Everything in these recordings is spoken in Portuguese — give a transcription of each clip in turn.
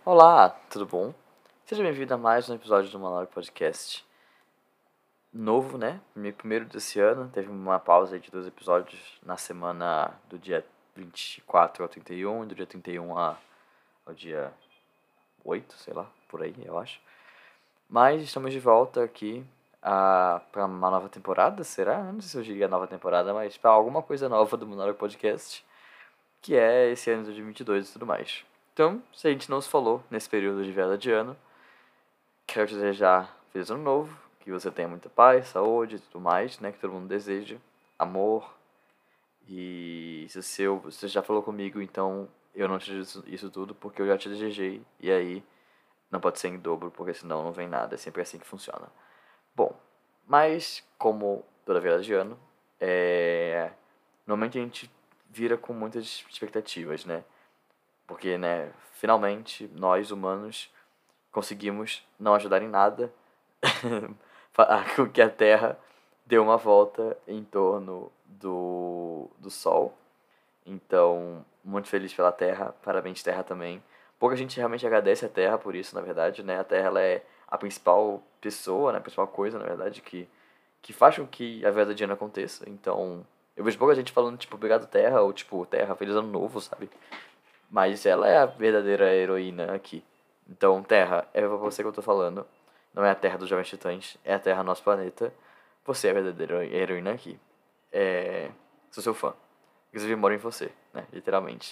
Olá, tudo bom? Seja bem-vindo a mais um episódio do Monólogo Podcast. Novo, né? Meu primeiro desse ano. Teve uma pausa aí de 2 episódios na semana do dia 24 ao 31 e do dia 31 ao dia 8, sei lá, por aí, eu acho. Mas estamos de volta aqui para uma nova temporada, será? Eu não sei se eu diria nova temporada, mas para alguma coisa nova do Monólogo Podcast, que é esse ano de 2022 e tudo mais. Então, se a gente não se falou nesse período de virada de ano, quero te desejar feliz ano novo, que você tenha muita paz, saúde e tudo mais, né? Que todo mundo deseja. Amor. E se você já falou comigo, então eu não te desejo isso tudo porque eu já te desejei. E aí não pode ser em dobro, porque senão não vem nada. É sempre assim que funciona. Bom, mas como toda virada de ano, normalmente a gente vira com muitas expectativas, né? Porque, né, finalmente, nós humanos conseguimos não ajudar em nada que a Terra deu uma volta em torno do Sol. Então, muito feliz pela Terra, parabéns Terra também. Pouca gente realmente agradece a Terra por isso, na verdade, né? A Terra ela é a principal pessoa, né? A principal coisa, na verdade, que faz com que a vida do dia aconteça. Então, eu vejo pouca gente falando, tipo, obrigado Terra, ou tipo, Terra, feliz ano novo, sabe? Mas ela é a verdadeira heroína aqui. Então, Terra, é pra você que eu tô falando. Não é a Terra dos Jovens Titãs, é a Terra nosso planeta. Você é a verdadeira heroína aqui. Sou seu fã. Inclusive, moro em você, né? Literalmente.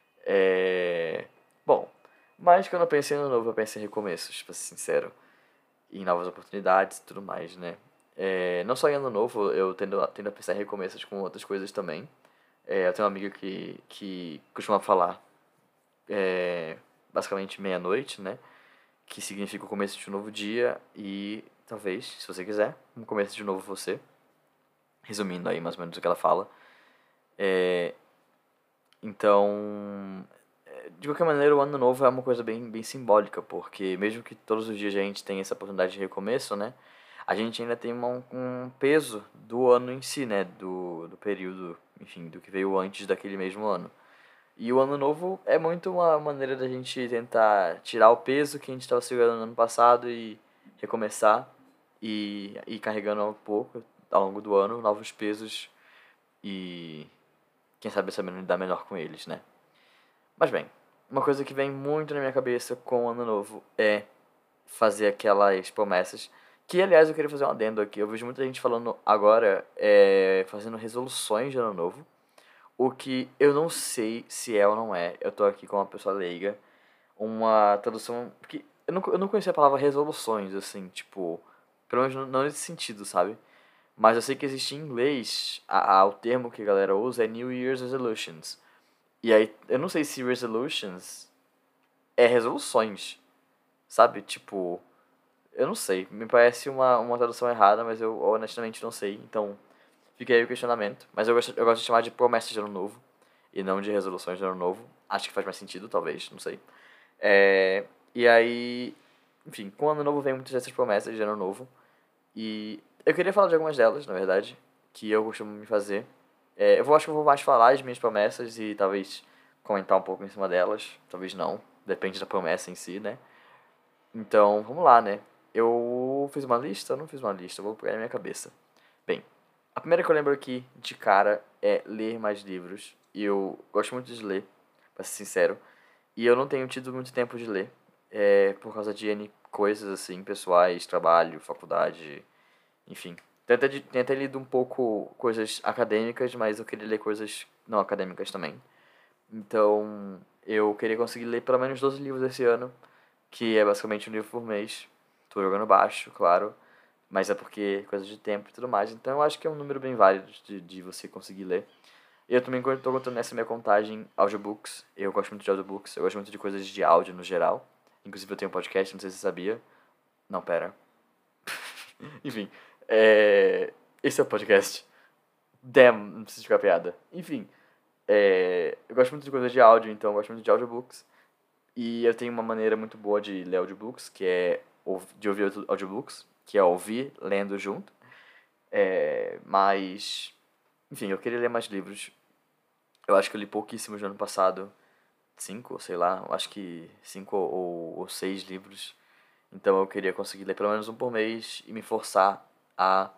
Bom, mas quando eu pensei no novo, eu pensei em recomeços, pra ser sincero. Em novas oportunidades e tudo mais, né? Não só em ano novo, eu tendo a pensar em recomeços com outras coisas também. Eu tenho uma amiga que costuma falar basicamente meia-noite, né? Que significa o começo de um novo dia e talvez, se você quiser, um começo de novo você. Resumindo aí mais ou menos o que ela fala. Então, de qualquer maneira, o ano novo é uma coisa bem simbólica, porque mesmo que todos os dias a gente tenha essa oportunidade de recomeço, né? A gente ainda tem um peso do ano em si, né? Do período, enfim, do que veio antes daquele mesmo ano. E o ano novo é muito uma maneira da gente tentar tirar o peso que a gente estava segurando no ano passado e recomeçar e ir carregando um pouco ao longo do ano novos pesos e quem sabe sabendo lidar melhor com eles, né? Mas bem, uma coisa que vem muito na minha cabeça com o ano novo é fazer aquelas promessas. Que, aliás, eu queria fazer um adendo aqui. Eu vejo muita gente falando agora, fazendo resoluções de ano novo. O que eu não sei se é ou não é. Eu tô aqui com uma pessoa leiga. Uma tradução. Porque eu não conhecia a palavra resoluções, assim, tipo. Pelo menos não nesse sentido, sabe? Mas eu sei que existe em inglês. O termo que a galera usa é New Year's Resolutions. E aí, eu não sei se resolutions é resoluções, sabe? Tipo. Eu não sei. Me parece uma tradução errada, mas eu honestamente não sei. Então, fica aí o questionamento. Mas eu gosto de chamar de promessas de ano novo e não de resoluções de ano novo. Acho que faz mais sentido, talvez, não sei. E aí, enfim, com o ano novo vem muitas dessas promessas de ano novo. E eu queria falar de algumas delas, na verdade, que eu costumo me fazer. Acho que eu vou mais falar as minhas promessas e talvez comentar um pouco em cima delas. Talvez não, depende da promessa em si, né? Então, vamos lá, né? Eu fiz uma lista? Eu não fiz uma lista, eu vou pegar na minha cabeça. Bem, a primeira que eu lembro aqui de cara é ler mais livros. E eu gosto muito de ler, pra ser sincero. E eu não tenho tido muito tempo de ler, por causa de N coisas assim, pessoais, trabalho, faculdade, enfim. Tenho até lido um pouco coisas acadêmicas, mas eu queria ler coisas não acadêmicas também. Então, eu queria conseguir ler pelo menos 12 livros esse ano, que é basicamente um livro por mês. Tô jogando baixo, claro, mas é porque é coisa de tempo e tudo mais. Então, eu acho que é um número bem válido de você conseguir ler. E eu também estou contando nessa minha contagem audiobooks. Eu gosto muito de audiobooks, eu gosto muito de coisas de áudio no geral. Inclusive eu tenho um podcast, não sei se você sabia. Não, pera. Enfim, esse é o podcast. Damn, não preciso ficar piada. Enfim, eu gosto muito de coisas de áudio, então eu gosto muito de audiobooks. E eu tenho uma maneira muito boa de ler audiobooks, que é de ouvir audiobooks, que é ouvir lendo junto. Mas, enfim, eu queria ler mais livros. Eu acho que eu li pouquíssimos no ano passado. 5, sei lá, acho que 5 ou 6 livros. Então eu queria conseguir ler pelo menos um por mês e me forçar a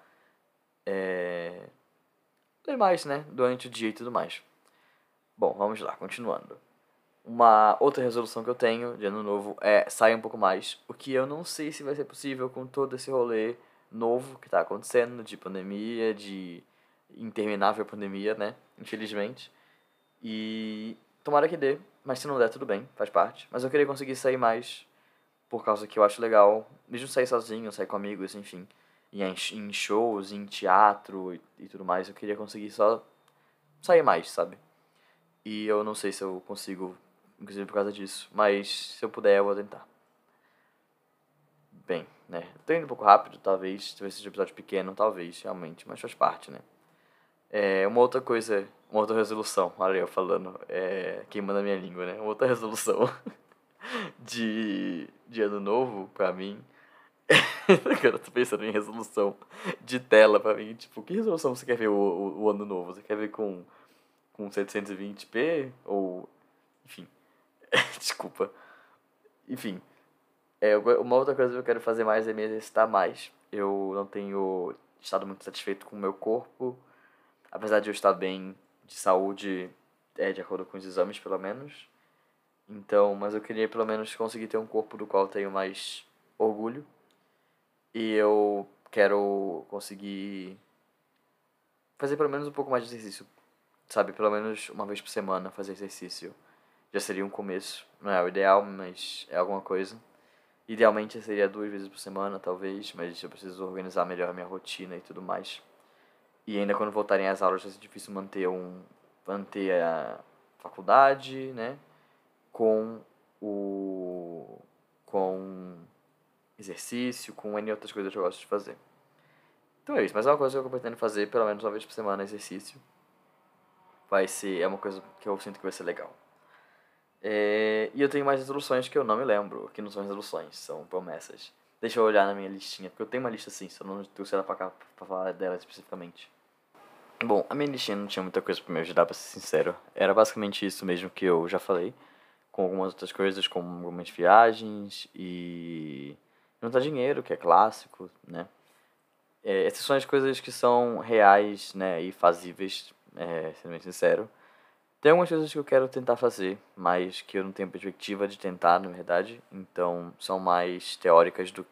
ler mais, né? Durante o dia e tudo mais. Bom, vamos lá, continuando. Uma outra resolução que eu tenho de ano novo é sair um pouco mais, o que eu não sei se vai ser possível com todo esse rolê novo que tá acontecendo, de pandemia, de interminável pandemia, né? Infelizmente. E tomara que dê, mas se não der, tudo bem, faz parte. Mas eu queria conseguir sair mais, por causa que eu acho legal, mesmo sair sozinho, sair com amigos, enfim. E em shows, em teatro e tudo mais, eu queria conseguir só sair mais, sabe? E eu não sei se eu consigo, inclusive por causa disso. Mas se eu puder, eu vou tentar. Bem, né? Tô indo um pouco rápido, talvez seja um episódio pequeno, talvez, realmente, mas faz parte, né? Uma outra coisa, uma outra resolução, olha eu falando, queimando a minha língua, né? Uma outra resolução de ano novo, pra mim. Agora eu tô pensando em resolução de tela pra mim. Tipo, que resolução você quer ver o ano novo? Você quer ver com 720p? Ou, enfim, desculpa. Enfim, uma outra coisa que eu quero fazer mais é me exercitar mais. Eu não tenho estado muito satisfeito com o meu corpo, apesar de eu estar bem de saúde, de acordo com os exames, pelo menos. Então, mas eu queria pelo menos conseguir ter um corpo do qual eu tenho mais orgulho. E eu quero conseguir fazer pelo menos um pouco mais de exercício, sabe? Pelo menos uma vez por semana fazer exercício. Já seria um começo. Não é o ideal, mas é alguma coisa. Idealmente seria 2 vezes por semana, talvez, mas eu preciso organizar melhor a minha rotina e tudo mais. E ainda quando voltarem as aulas vai ser difícil manter a faculdade, né? Com o com exercício, com N outras coisas que eu gosto de fazer. Então é isso, mas é uma coisa que eu pretendo fazer pelo menos uma vez por semana, exercício. É uma coisa que eu sinto que vai ser legal. E eu tenho mais resoluções que eu não me lembro, que não são resoluções, são promessas. Deixa eu olhar na minha listinha, porque eu tenho uma lista assim, só não trouxe ela pra cá pra falar dela especificamente. Bom, a minha listinha não tinha muita coisa pra me ajudar, pra ser sincero. Era basicamente isso mesmo que eu já falei, com algumas outras coisas, como algumas viagens e juntar dinheiro, que é clássico, né? Essas são as coisas que são reais, né, e fazíveis, sendo bem sincero. Tem algumas coisas que eu quero tentar fazer, mas que eu não tenho perspectiva de tentar, na verdade. Então, são mais teóricas do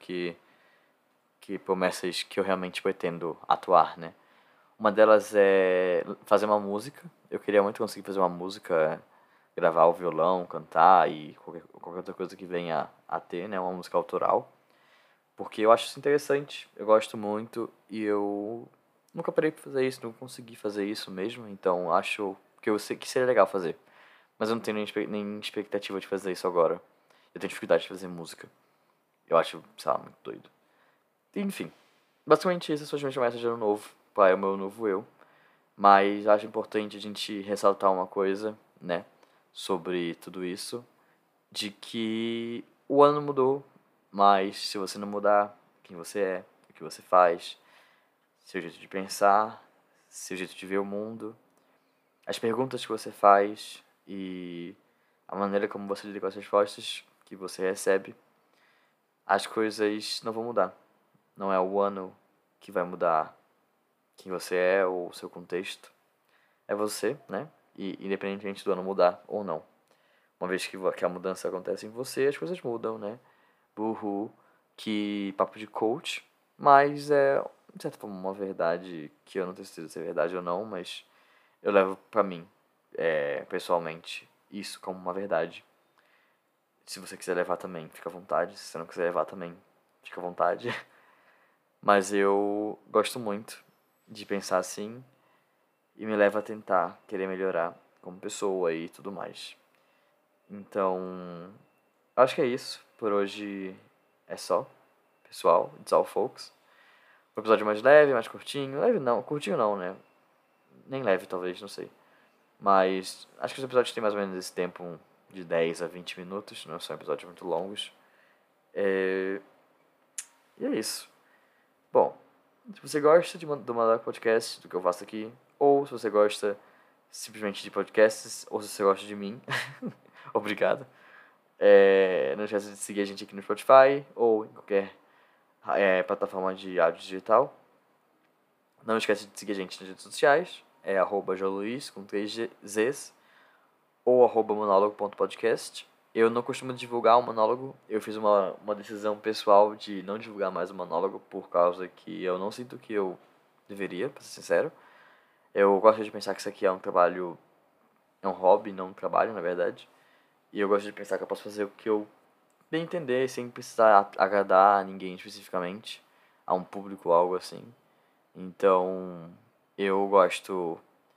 que promessas que eu realmente pretendo atuar, né? Uma delas é fazer uma música. Eu queria muito conseguir fazer uma música, gravar o violão, cantar e qualquer outra coisa que venha a ter, né? Uma música autoral. Porque eu acho isso interessante, eu gosto muito e eu nunca parei pra fazer isso, não consegui fazer isso mesmo, então acho que eu sei que seria legal fazer. Mas eu não tenho nem expectativa de fazer isso agora. Eu tenho dificuldade de fazer música. Eu acho, sei lá, muito doido. Enfim, basicamente essas são as minhas metas de ano novo. Pai, é o meu novo eu. Mas acho importante a gente ressaltar uma coisa, né, sobre tudo isso, de que o ano mudou, mas se você não mudar quem você é, o que você faz, seu jeito de pensar, seu jeito de ver o mundo, as perguntas que você faz e a maneira como você lida com as respostas que você recebe, as coisas não vão mudar. Não é o ano que vai mudar quem você é ou o seu contexto. É você, né? E independentemente do ano mudar ou não. Uma vez que a mudança acontece em você, as coisas mudam, né? Burro, que papo de coach, mas é, de certa forma, uma verdade que eu não tenho certeza se é verdade ou não, mas eu levo pra mim, pessoalmente, isso como uma verdade. Se você quiser levar também, fica à vontade. Se você não quiser levar também, fica à vontade. Mas eu gosto muito de pensar assim e me leva a tentar querer melhorar como pessoa e tudo mais. Então, acho que é isso. Por hoje é só, pessoal. It's all, folks. Um episódio mais leve, mais curtinho. Leve não, curtinho não, né? Nem leve, talvez, não sei. Mas acho que os episódios têm mais ou menos esse tempo de 10 a 20 minutos. Não são episódios muito longos. E é isso. Bom, se você gosta do Mandar Podcast, do que eu faço aqui, ou se você gosta simplesmente de podcasts, ou se você gosta de mim, Obrigado. Não esqueça de seguir a gente aqui no Spotify ou em qualquer plataforma de áudio digital. Não esqueça de seguir a gente nas redes sociais. É @joluiz com 3 Zs ou @monólogo.podcast. Eu não costumo divulgar o monólogo. Eu fiz uma decisão pessoal de não divulgar mais o monólogo por causa que eu não sinto que eu deveria, pra ser sincero. Eu gosto de pensar que isso aqui é um trabalho, é um hobby, não um trabalho, na verdade. E eu gosto de pensar que eu posso fazer o que eu bem entender, sem precisar agradar a ninguém especificamente, a um público ou algo assim. Então, eu gosto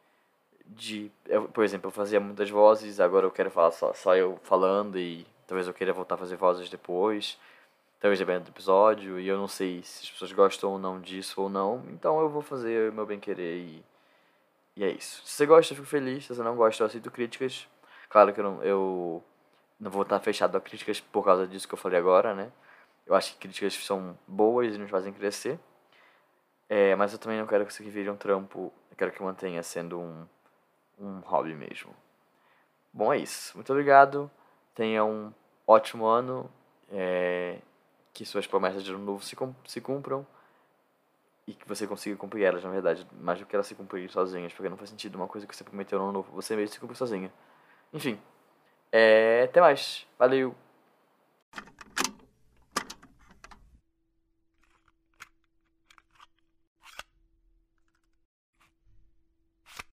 por exemplo, eu fazia muitas vozes, agora eu quero falar só eu falando e talvez eu queira voltar a fazer vozes depois, talvez dependendo do episódio, e eu não sei se as pessoas gostam ou não disso ou não, então eu vou fazer o meu bem-querer e é isso. Se você gosta, eu fico feliz, se você não gosta, eu aceito críticas. Claro que eu não vou estar fechado a críticas por causa disso que eu falei agora, né? Eu acho que críticas são boas e nos fazem crescer, mas eu também não quero que isso aqui vire um trampo, eu quero que mantenha sendo um hobby mesmo. Bom, é isso. Muito obrigado. Tenha um ótimo ano. Que suas promessas de ano novo se cumpram. E que você consiga cumprir elas, na verdade. Mais do que elas se cumprirem sozinhas. Porque não faz sentido uma coisa que você prometeu no ano novo. Você mesmo se cumprir sozinha. Enfim. Até mais. Valeu.